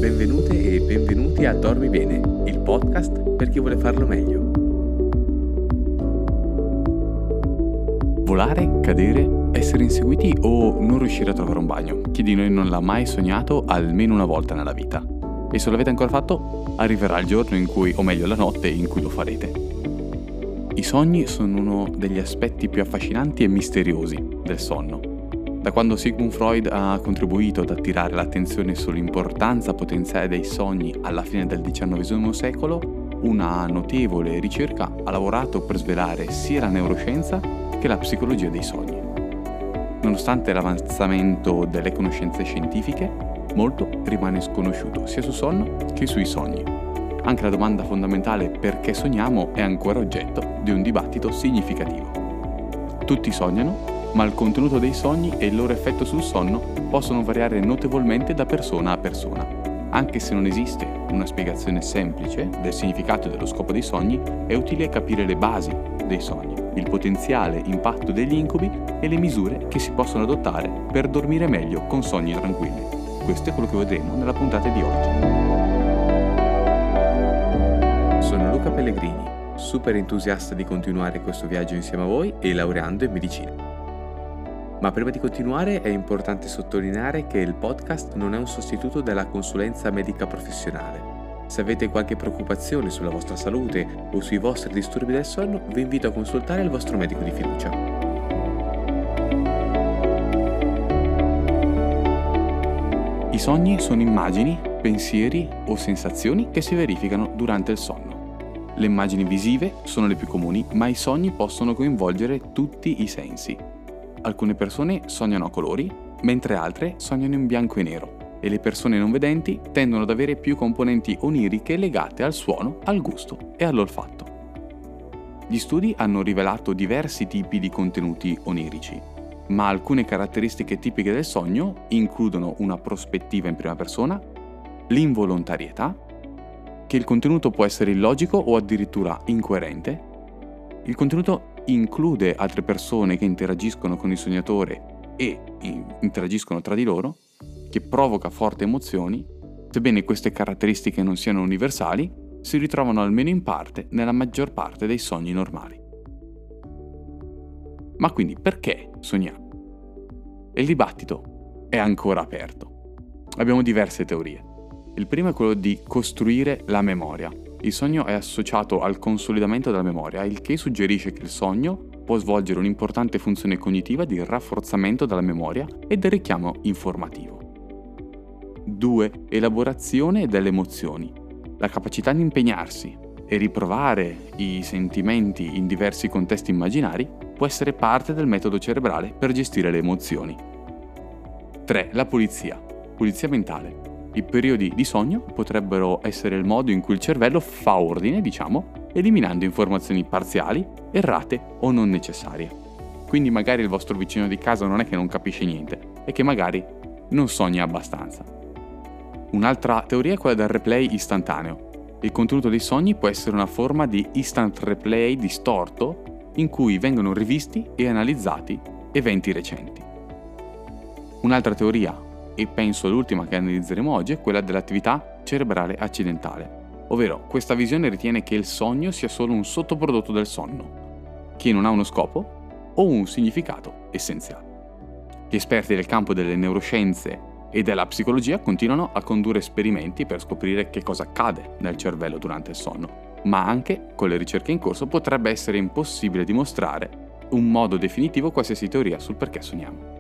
benvenute e benvenuti a Dormi Bene, il podcast per chi vuole farlo meglio. Volare, cadere, essere inseguiti o non riuscire a trovare un bagno? Chi di noi non l'ha mai sognato almeno una volta nella vita? E se l'avete ancora fatto, arriverà il giorno in cui, o meglio la notte in cui lo farete. I sogni sono uno degli aspetti più affascinanti e misteriosi del sonno. Da quando Sigmund Freud ha contribuito ad attirare l'attenzione sull'importanza potenziale dei sogni alla fine del XIX secolo, una notevole ricerca ha lavorato per svelare sia la neuroscienza che la psicologia dei sogni. Nonostante l'avanzamento delle conoscenze scientifiche, molto rimane sconosciuto sia sul sonno che sui sogni. Anche la domanda fondamentale perché sogniamo è ancora oggetto di un dibattito significativo. Tutti sognano, ma il contenuto dei sogni e il loro effetto sul sonno possono variare notevolmente da persona a persona. Anche se non esiste una spiegazione semplice del significato e dello scopo dei sogni, è utile capire le basi dei sogni, il potenziale impatto degli incubi e le misure che si possono adottare per dormire meglio con sogni tranquilli. Questo è quello che vedremo nella puntata di oggi. Sono Luca Pellegrini, super entusiasta di continuare questo viaggio insieme a voi e laureando in medicina. Ma prima di continuare è importante sottolineare che il podcast non è un sostituto della consulenza medica professionale. Se avete qualche preoccupazione sulla vostra salute o sui vostri disturbi del sonno, vi invito a consultare il vostro medico di fiducia. I sogni sono immagini, pensieri o sensazioni che si verificano durante il sonno. Le immagini visive sono le più comuni, ma i sogni possono coinvolgere tutti i sensi. Alcune persone sognano a colori, mentre altre sognano in bianco e nero, e le persone non vedenti tendono ad avere più componenti oniriche legate al suono, al gusto e all'olfatto. Gli studi hanno rivelato diversi tipi di contenuti onirici, ma alcune caratteristiche tipiche del sogno includono una prospettiva in prima persona, l'involontarietà, che il contenuto può essere illogico o addirittura incoerente, il contenuto include altre persone che interagiscono con il sognatore e interagiscono tra di loro, che provoca forti emozioni. Sebbene queste caratteristiche non siano universali, si ritrovano almeno in parte nella maggior parte dei sogni normali. Ma quindi perché sogniamo? Il dibattito è ancora aperto. Abbiamo diverse teorie. Il primo è quello di costruire la memoria. Il sogno è associato al consolidamento della memoria, il che suggerisce che il sogno può svolgere un'importante funzione cognitiva di rafforzamento della memoria e del richiamo informativo. 2. Elaborazione delle emozioni. La capacità di impegnarsi e riprovare i sentimenti in diversi contesti immaginari può essere parte del metodo cerebrale per gestire le emozioni. 3. La pulizia mentale. I periodi di sogno potrebbero essere il modo in cui il cervello fa ordine, eliminando informazioni parziali, errate o non necessarie. Quindi magari il vostro vicino di casa non è che non capisce niente, è che magari non sogna abbastanza. Un'altra teoria è quella del replay istantaneo. Il contenuto dei sogni può essere una forma di instant replay distorto in cui vengono rivisti e analizzati eventi recenti. Un'altra teoria, e penso l'ultima che analizzeremo oggi, è quella dell'attività cerebrale accidentale, ovvero questa visione ritiene che il sogno sia solo un sottoprodotto del sonno, che non ha uno scopo o un significato essenziale. Gli esperti del campo delle neuroscienze e della psicologia continuano a condurre esperimenti per scoprire che cosa accade nel cervello durante il sonno, ma anche con le ricerche in corso potrebbe essere impossibile dimostrare un modo definitivo qualsiasi teoria sul perché sogniamo.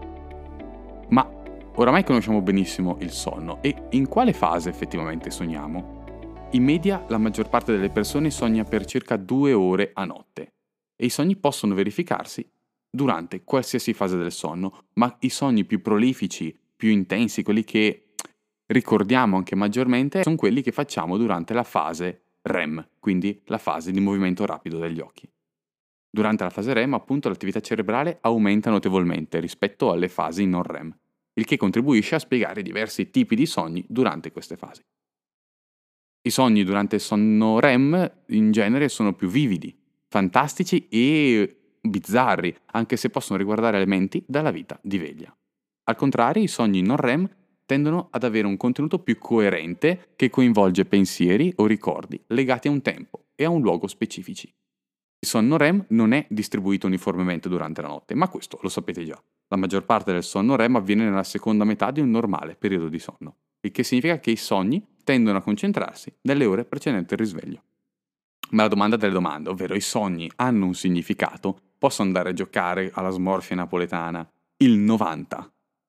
Ma oramai conosciamo benissimo il sonno e in quale fase effettivamente sogniamo? In media la maggior parte delle persone sogna per circa 2 ore a notte e i sogni possono verificarsi durante qualsiasi fase del sonno, ma i sogni più prolifici, più intensi, quelli che ricordiamo anche maggiormente, sono quelli che facciamo durante la fase REM, quindi la fase di movimento rapido degli occhi. Durante la fase REM, appunto, l'attività cerebrale aumenta notevolmente rispetto alle fasi non REM, il che contribuisce a spiegare diversi tipi di sogni durante queste fasi. I sogni durante il sonno REM in genere sono più vividi, fantastici e bizzarri, anche se possono riguardare elementi dalla vita di veglia. Al contrario, i sogni non REM tendono ad avere un contenuto più coerente che coinvolge pensieri o ricordi legati a un tempo e a un luogo specifici. Il sonno REM non è distribuito uniformemente durante la notte, ma questo lo sapete già. La maggior parte del sonno REM avviene nella seconda metà di un normale periodo di sonno, il che significa che i sogni tendono a concentrarsi nelle ore precedenti il risveglio. Ma la domanda delle domande, ovvero i sogni hanno un significato? Posso andare a giocare alla smorfia napoletana? Il 90.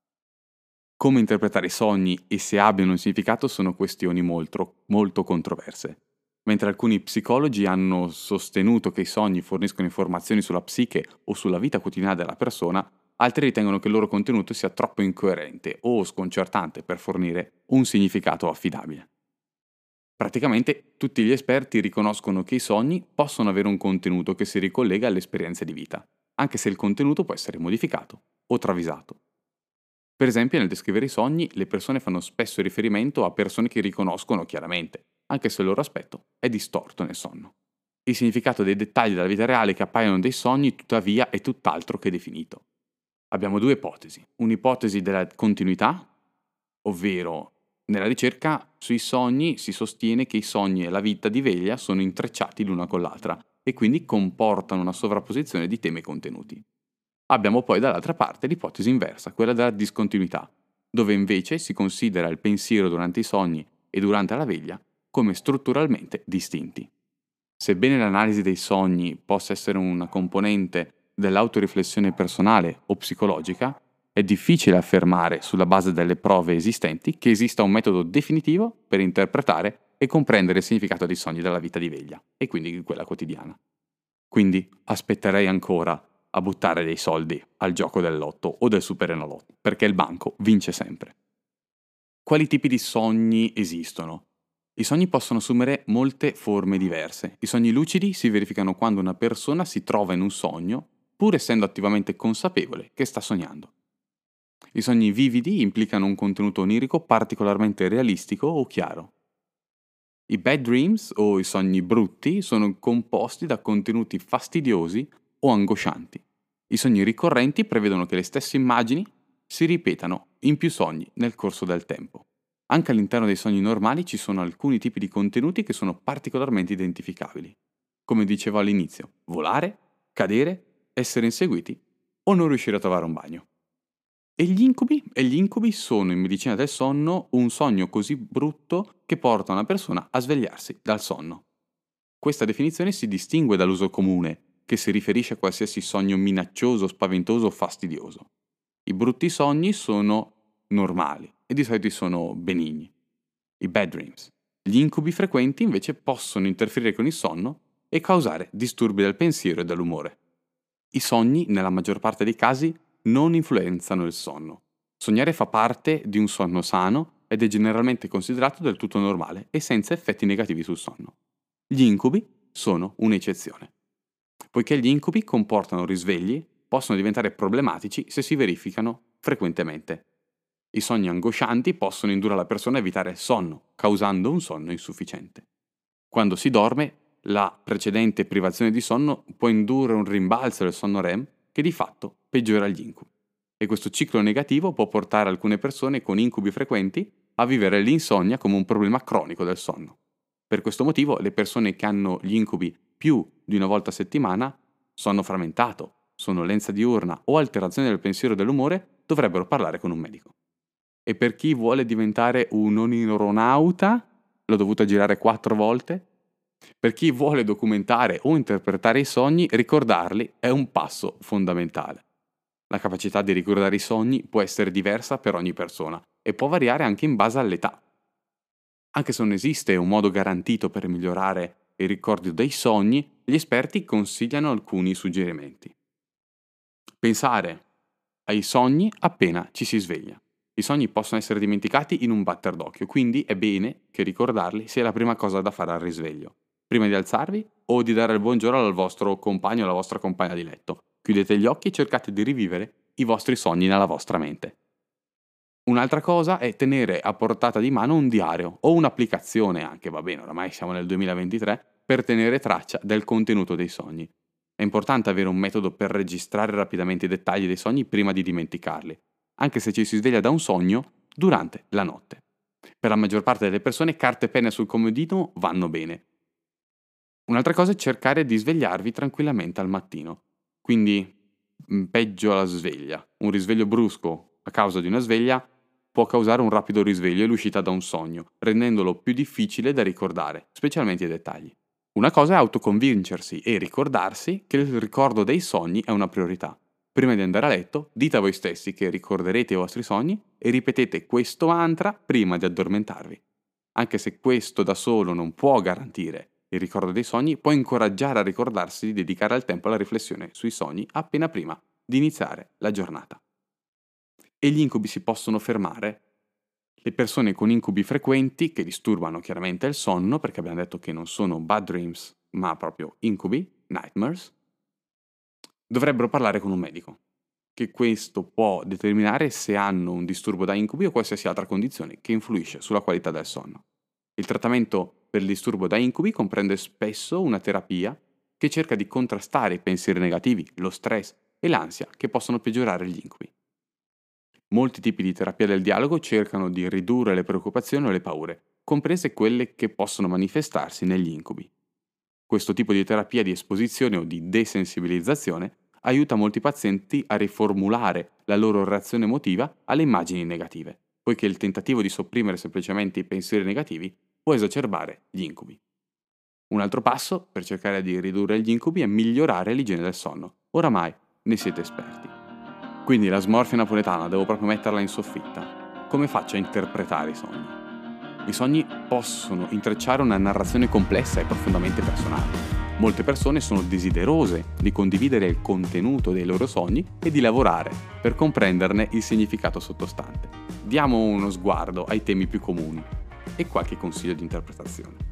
Come interpretare i sogni e se abbiano un significato sono questioni molto, molto controverse. Mentre alcuni psicologi hanno sostenuto che i sogni forniscono informazioni sulla psiche o sulla vita quotidiana della persona, altri ritengono che il loro contenuto sia troppo incoerente o sconcertante per fornire un significato affidabile. Praticamente tutti gli esperti riconoscono che i sogni possono avere un contenuto che si ricollega alle esperienze di vita, anche se il contenuto può essere modificato o travisato. Per esempio, nel descrivere i sogni, le persone fanno spesso riferimento a persone che riconoscono chiaramente, anche se il loro aspetto è distorto nel sonno. Il significato dei dettagli della vita reale che appaiono nei sogni, tuttavia, è tutt'altro che definito. Abbiamo due ipotesi. Un'ipotesi della continuità, ovvero nella ricerca sui sogni si sostiene che i sogni e la vita di veglia sono intrecciati l'una con l'altra e quindi comportano una sovrapposizione di temi e contenuti. Abbiamo poi dall'altra parte l'ipotesi inversa, quella della discontinuità, dove invece si considera il pensiero durante i sogni e durante la veglia come strutturalmente distinti. Sebbene l'analisi dei sogni possa essere una componente dell'autoriflessione personale o psicologica, è difficile affermare, sulla base delle prove esistenti, che esista un metodo definitivo per interpretare e comprendere il significato dei sogni della vita di veglia, e quindi di quella quotidiana. Quindi aspetterei ancora a buttare dei soldi al gioco del lotto o del Superenalotto, perché il banco vince sempre. Quali tipi di sogni esistono? I sogni possono assumere molte forme diverse. I sogni lucidi si verificano quando una persona si trova in un sogno, pur essendo attivamente consapevole che sta sognando. I sogni vividi implicano un contenuto onirico particolarmente realistico o chiaro. I bad dreams o i sogni brutti sono composti da contenuti fastidiosi o angoscianti. I sogni ricorrenti prevedono che le stesse immagini si ripetano in più sogni nel corso del tempo. Anche all'interno dei sogni normali ci sono alcuni tipi di contenuti che sono particolarmente identificabili. Come dicevo all'inizio, volare, cadere, essere inseguiti o non riuscire a trovare un bagno. E gli incubi? E gli incubi sono in medicina del sonno un sogno così brutto che porta una persona a svegliarsi dal sonno. Questa definizione si distingue dall'uso comune, che si riferisce a qualsiasi sogno minaccioso, spaventoso o fastidioso. I brutti sogni sono normali e di solito sono benigni. I bad dreams. Gli incubi frequenti invece possono interferire con il sonno e causare disturbi del pensiero e dell'umore. I sogni, nella maggior parte dei casi, non influenzano il sonno. Sognare fa parte di un sonno sano ed è generalmente considerato del tutto normale e senza effetti negativi sul sonno. Gli incubi sono un'eccezione. Poiché gli incubi comportano risvegli, possono diventare problematici se si verificano frequentemente. I sogni angoscianti possono indurre la persona a evitare il sonno, causando un sonno insufficiente. Quando si dorme, la precedente privazione di sonno può indurre un rimbalzo del sonno REM che di fatto peggiora gli incubi. E questo ciclo negativo può portare alcune persone con incubi frequenti a vivere l'insonnia come un problema cronico del sonno. Per questo motivo le persone che hanno gli incubi più di una volta a settimana, sonno frammentato, sonnolenza diurna o alterazione del pensiero e dell'umore dovrebbero parlare con un medico. E per chi vuole diventare un onironauta, l'ho dovuta girare 4 volte. Per chi vuole documentare o interpretare i sogni, ricordarli è un passo fondamentale. La capacità di ricordare i sogni può essere diversa per ogni persona e può variare anche in base all'età. Anche se non esiste un modo garantito per migliorare il ricordo dei sogni, gli esperti consigliano alcuni suggerimenti. Pensare ai sogni appena ci si sveglia. I sogni possono essere dimenticati in un batter d'occhio, quindi è bene che ricordarli sia la prima cosa da fare al risveglio. Prima di alzarvi o di dare il buongiorno al vostro compagno o alla vostra compagna di letto. Chiudete gli occhi e cercate di rivivere i vostri sogni nella vostra mente. Un'altra cosa è tenere a portata di mano un diario o un'applicazione anche, va bene, oramai siamo nel 2023, per tenere traccia del contenuto dei sogni. È importante avere un metodo per registrare rapidamente i dettagli dei sogni prima di dimenticarli. Anche se ci si sveglia da un sogno, durante la notte. Per la maggior parte delle persone carta e penna sul comodino vanno bene. Un'altra cosa è cercare di svegliarvi tranquillamente al mattino. Quindi peggio la sveglia. Un risveglio brusco a causa di una sveglia può causare un rapido risveglio e l'uscita da un sogno, rendendolo più difficile da ricordare, specialmente i dettagli. Una cosa è autoconvincersi e ricordarsi che il ricordo dei sogni è una priorità. Prima di andare a letto, dite a voi stessi che ricorderete i vostri sogni e ripetete questo mantra prima di addormentarvi. Anche se questo da solo non può garantire il ricordo dei sogni, può incoraggiare a ricordarsi di dedicare il tempo alla riflessione sui sogni appena prima di iniziare la giornata. E gli incubi si possono fermare? Le persone con incubi frequenti, che disturbano chiaramente il sonno, perché abbiamo detto che non sono bad dreams, ma proprio incubi, nightmares, dovrebbero parlare con un medico, che questo può determinare se hanno un disturbo da incubi o qualsiasi altra condizione che influisce sulla qualità del sonno. Il trattamento per il disturbo da incubi comprende spesso una terapia che cerca di contrastare i pensieri negativi, lo stress e l'ansia che possono peggiorare gli incubi. Molti tipi di terapia del dialogo cercano di ridurre le preoccupazioni o le paure, comprese quelle che possono manifestarsi negli incubi. Questo tipo di terapia di esposizione o di desensibilizzazione aiuta molti pazienti a riformulare la loro reazione emotiva alle immagini negative, poiché il tentativo di sopprimere semplicemente i pensieri negativi può esacerbare gli incubi. Un altro passo per cercare di ridurre gli incubi è migliorare l'igiene del sonno. Oramai ne siete esperti. Quindi la smorfia napoletana devo proprio metterla in soffitta. Come faccio a interpretare i sogni? I sogni possono intrecciare una narrazione complessa e profondamente personale. Molte persone sono desiderose di condividere il contenuto dei loro sogni e di lavorare per comprenderne il significato sottostante. Diamo uno sguardo ai temi più comuni e qualche consiglio di interpretazione.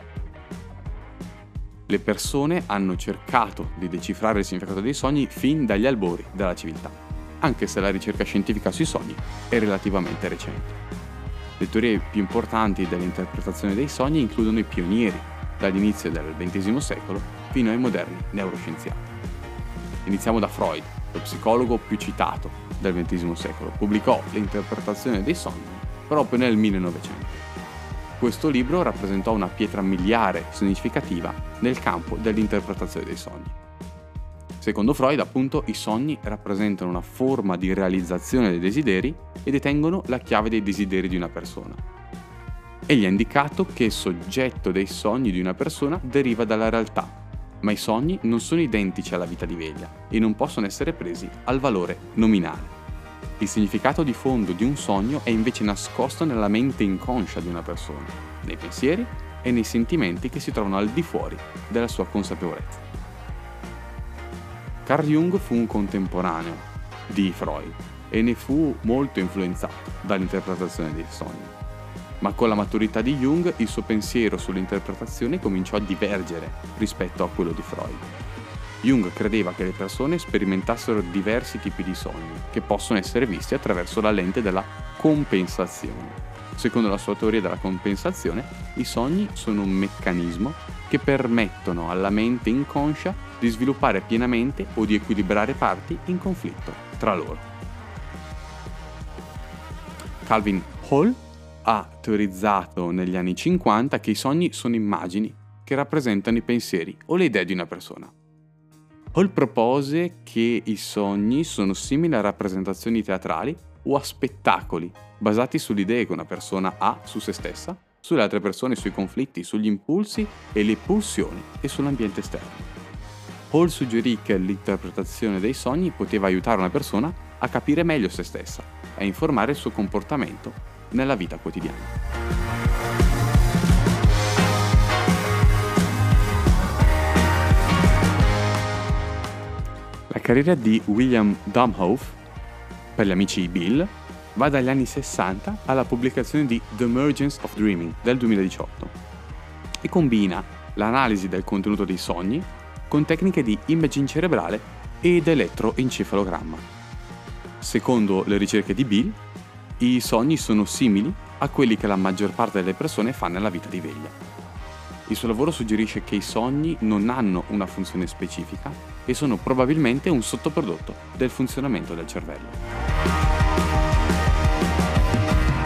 Le persone hanno cercato di decifrare il significato dei sogni fin dagli albori della civiltà, anche se la ricerca scientifica sui sogni è relativamente recente. Le teorie più importanti dell'interpretazione dei sogni includono i pionieri, dall'inizio del XX secolo fino ai moderni neuroscienziati. Iniziamo da Freud, lo psicologo più citato del XX secolo. Pubblicò l'interpretazione dei sogni proprio nel 1900. Questo libro rappresentò una pietra miliare significativa nel campo dell'interpretazione dei sogni. Secondo Freud, appunto, i sogni rappresentano una forma di realizzazione dei desideri e detengono la chiave dei desideri di una persona. Egli ha indicato che il soggetto dei sogni di una persona deriva dalla realtà, ma i sogni non sono identici alla vita di veglia e non possono essere presi al valore nominale. Il significato di fondo di un sogno è invece nascosto nella mente inconscia di una persona, nei pensieri e nei sentimenti che si trovano al di fuori della sua consapevolezza. Carl Jung fu un contemporaneo di Freud e ne fu molto influenzato dall'interpretazione dei sogni. Ma con la maturità di Jung il suo pensiero sull'interpretazione cominciò a divergere rispetto a quello di Freud. Jung credeva che le persone sperimentassero diversi tipi di sogni, che possono essere visti attraverso la lente della compensazione. Secondo la sua teoria della compensazione, i sogni sono un meccanismo che permettono alla mente inconscia di sviluppare pienamente o di equilibrare parti in conflitto tra loro. Calvin Hall ha teorizzato negli anni 50 che i sogni sono immagini che rappresentano i pensieri o le idee di una persona. Hall propose che i sogni sono simili a rappresentazioni teatrali o a spettacoli basati sulle idee che una persona ha su se stessa, sulle altre persone, sui conflitti, sugli impulsi e le pulsioni e sull'ambiente esterno. Hall suggerì che l'interpretazione dei sogni poteva aiutare una persona a capire meglio se stessa e a informare il suo comportamento nella vita quotidiana. La carriera di William Domhoff, per gli amici Bill, va dagli anni 60 alla pubblicazione di The Emergence of Dreaming del 2018 e combina l'analisi del contenuto dei sogni con tecniche di imaging cerebrale ed elettroencefalogramma. Secondo le ricerche di Bill, i sogni sono simili a quelli che la maggior parte delle persone fa nella vita di veglia. Il suo lavoro suggerisce che i sogni non hanno una funzione specifica e sono probabilmente un sottoprodotto del funzionamento del cervello.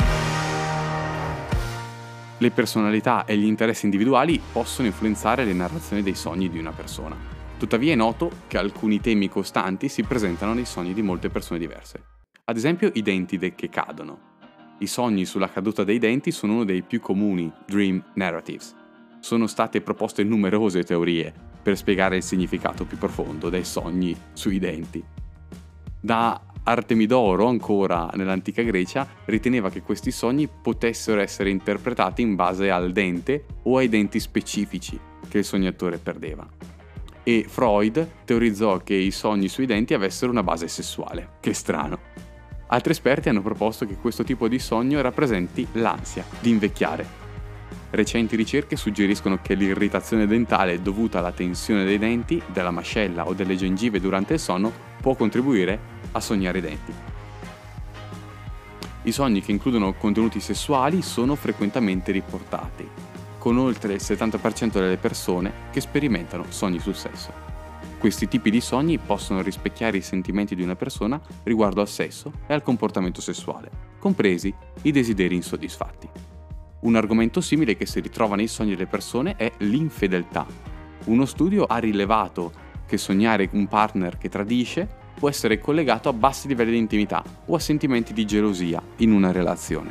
Le personalità e gli interessi individuali possono influenzare le narrazioni dei sogni di una persona. Tuttavia è noto che alcuni temi costanti si presentano nei sogni di molte persone diverse. Ad esempio i denti che cadono. I sogni sulla caduta dei denti sono uno dei più comuni dream narratives. Sono state proposte numerose teorie per spiegare il significato più profondo dei sogni sui denti. Da Artemidoro, ancora nell'antica Grecia, riteneva che questi sogni potessero essere interpretati in base al dente o ai denti specifici che il sognatore perdeva. E Freud teorizzò che i sogni sui denti avessero una base sessuale. Che strano. Altri esperti hanno proposto che questo tipo di sogno rappresenti l'ansia di invecchiare. Recenti ricerche suggeriscono che l'irritazione dentale dovuta alla tensione dei denti, della mascella o delle gengive durante il sonno può contribuire a sognare i denti. I sogni che includono contenuti sessuali sono frequentemente riportati, con oltre il 70% delle persone che sperimentano sogni sul sesso. Questi tipi di sogni possono rispecchiare i sentimenti di una persona riguardo al sesso e al comportamento sessuale, compresi i desideri insoddisfatti. Un argomento simile che si ritrova nei sogni delle persone è l'infedeltà. Uno studio ha rilevato che sognare un partner che tradisce può essere collegato a bassi livelli di intimità o a sentimenti di gelosia in una relazione.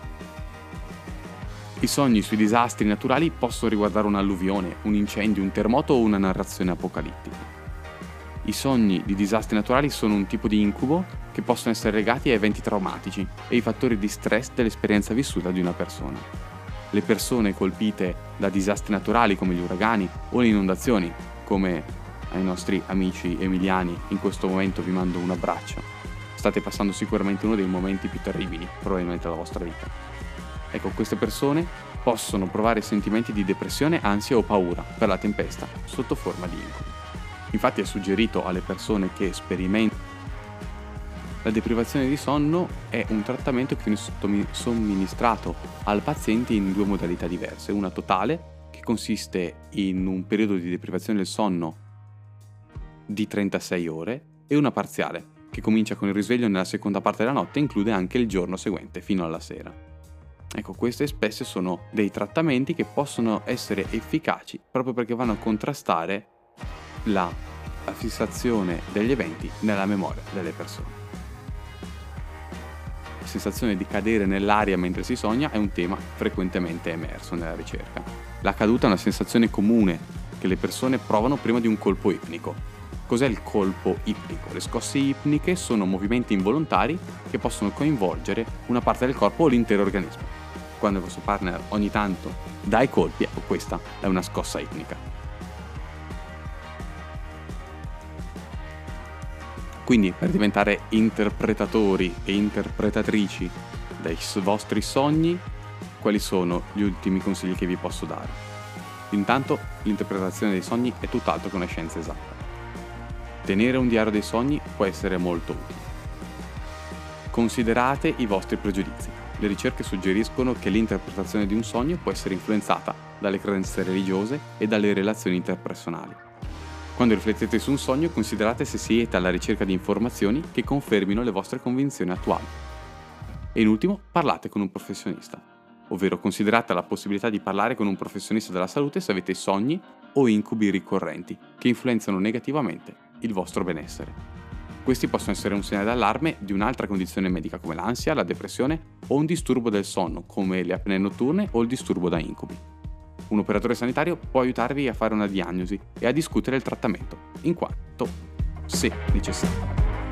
I sogni sui disastri naturali possono riguardare un'alluvione, un incendio, un terremoto o una narrazione apocalittica. I sogni di disastri naturali sono un tipo di incubo che possono essere legati a eventi traumatici e ai fattori di stress dell'esperienza vissuta di una persona. Le persone colpite da disastri naturali come gli uragani o le inondazioni, come ai nostri amici emiliani, in questo momento vi mando un abbraccio. State passando sicuramente uno dei momenti più terribili, probabilmente, della vostra vita. Ecco, queste persone possono provare sentimenti di depressione, ansia o paura per la tempesta sotto forma di incubi. Infatti è suggerito alle persone che sperimentano la deprivazione di sonno è un trattamento che viene somministrato al paziente in due modalità diverse, una totale, che consiste in un periodo di deprivazione del sonno di 36 ore, e una parziale, che comincia con il risveglio nella seconda parte della notte e include anche il giorno seguente fino alla sera. Ecco, queste spesso sono dei trattamenti che possono essere efficaci proprio perché vanno a contrastare la fissazione degli eventi nella memoria delle persone. La sensazione di cadere nell'aria mentre si sogna è un tema frequentemente emerso nella ricerca. La caduta è una sensazione comune che le persone provano prima di un colpo ipnico. Cos'è il colpo ipnico? Le scosse ipniche sono movimenti involontari che possono coinvolgere una parte del corpo o l'intero organismo. Quando il vostro partner ogni tanto dà i colpi, ecco, questa è una scossa ipnica. Quindi, per diventare interpretatori e interpretatrici dei vostri sogni, quali sono gli ultimi consigli che vi posso dare? Intanto, l'interpretazione dei sogni è tutt'altro che una scienza esatta. Tenere un diario dei sogni può essere molto utile. Considerate i vostri pregiudizi. Le ricerche suggeriscono che l'interpretazione di un sogno può essere influenzata dalle credenze religiose e dalle relazioni interpersonali. Quando riflettete su un sogno, considerate se siete alla ricerca di informazioni che confermino le vostre convinzioni attuali. E in ultimo, parlate con un professionista, ovvero considerate la possibilità di parlare con un professionista della salute se avete sogni o incubi ricorrenti che influenzano negativamente il vostro benessere. Questi possono essere un segnale d'allarme di un'altra condizione medica come l'ansia, la depressione o un disturbo del sonno come le apnee notturne o il disturbo da incubi. Un operatore sanitario può aiutarvi a fare una diagnosi e a discutere il trattamento, in quanto, se necessario.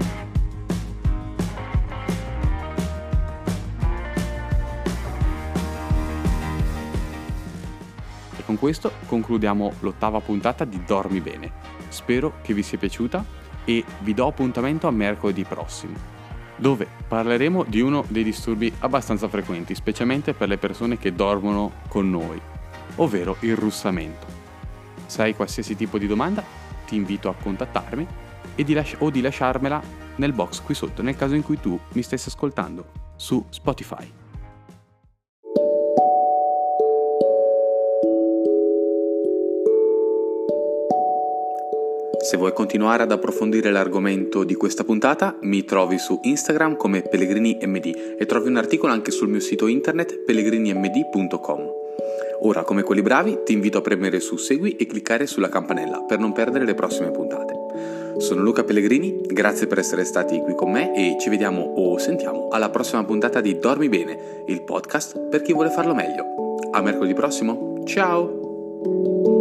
E con questo concludiamo l'8ª puntata di Dormi Bene. Spero che vi sia piaciuta e vi do appuntamento a mercoledì prossimo, dove parleremo di uno dei disturbi abbastanza frequenti, specialmente per le persone che dormono con noi, ovvero il russamento. Se hai qualsiasi tipo di domanda, ti invito a contattarmi e di lasciarmela nel box qui sotto, nel caso in cui tu mi stessi ascoltando su Spotify. Se vuoi continuare ad approfondire l'argomento di questa puntata, mi trovi su Instagram come PellegriniMD e trovi un articolo anche sul mio sito internet pellegrinimd.com. Ora, come quelli bravi, ti invito a premere su segui e cliccare sulla campanella per non perdere le prossime puntate. Sono Luca Pellegrini, grazie per essere stati qui con me e ci vediamo o sentiamo alla prossima puntata di Dormi Bene, il podcast per chi vuole farlo meglio. A mercoledì prossimo, ciao!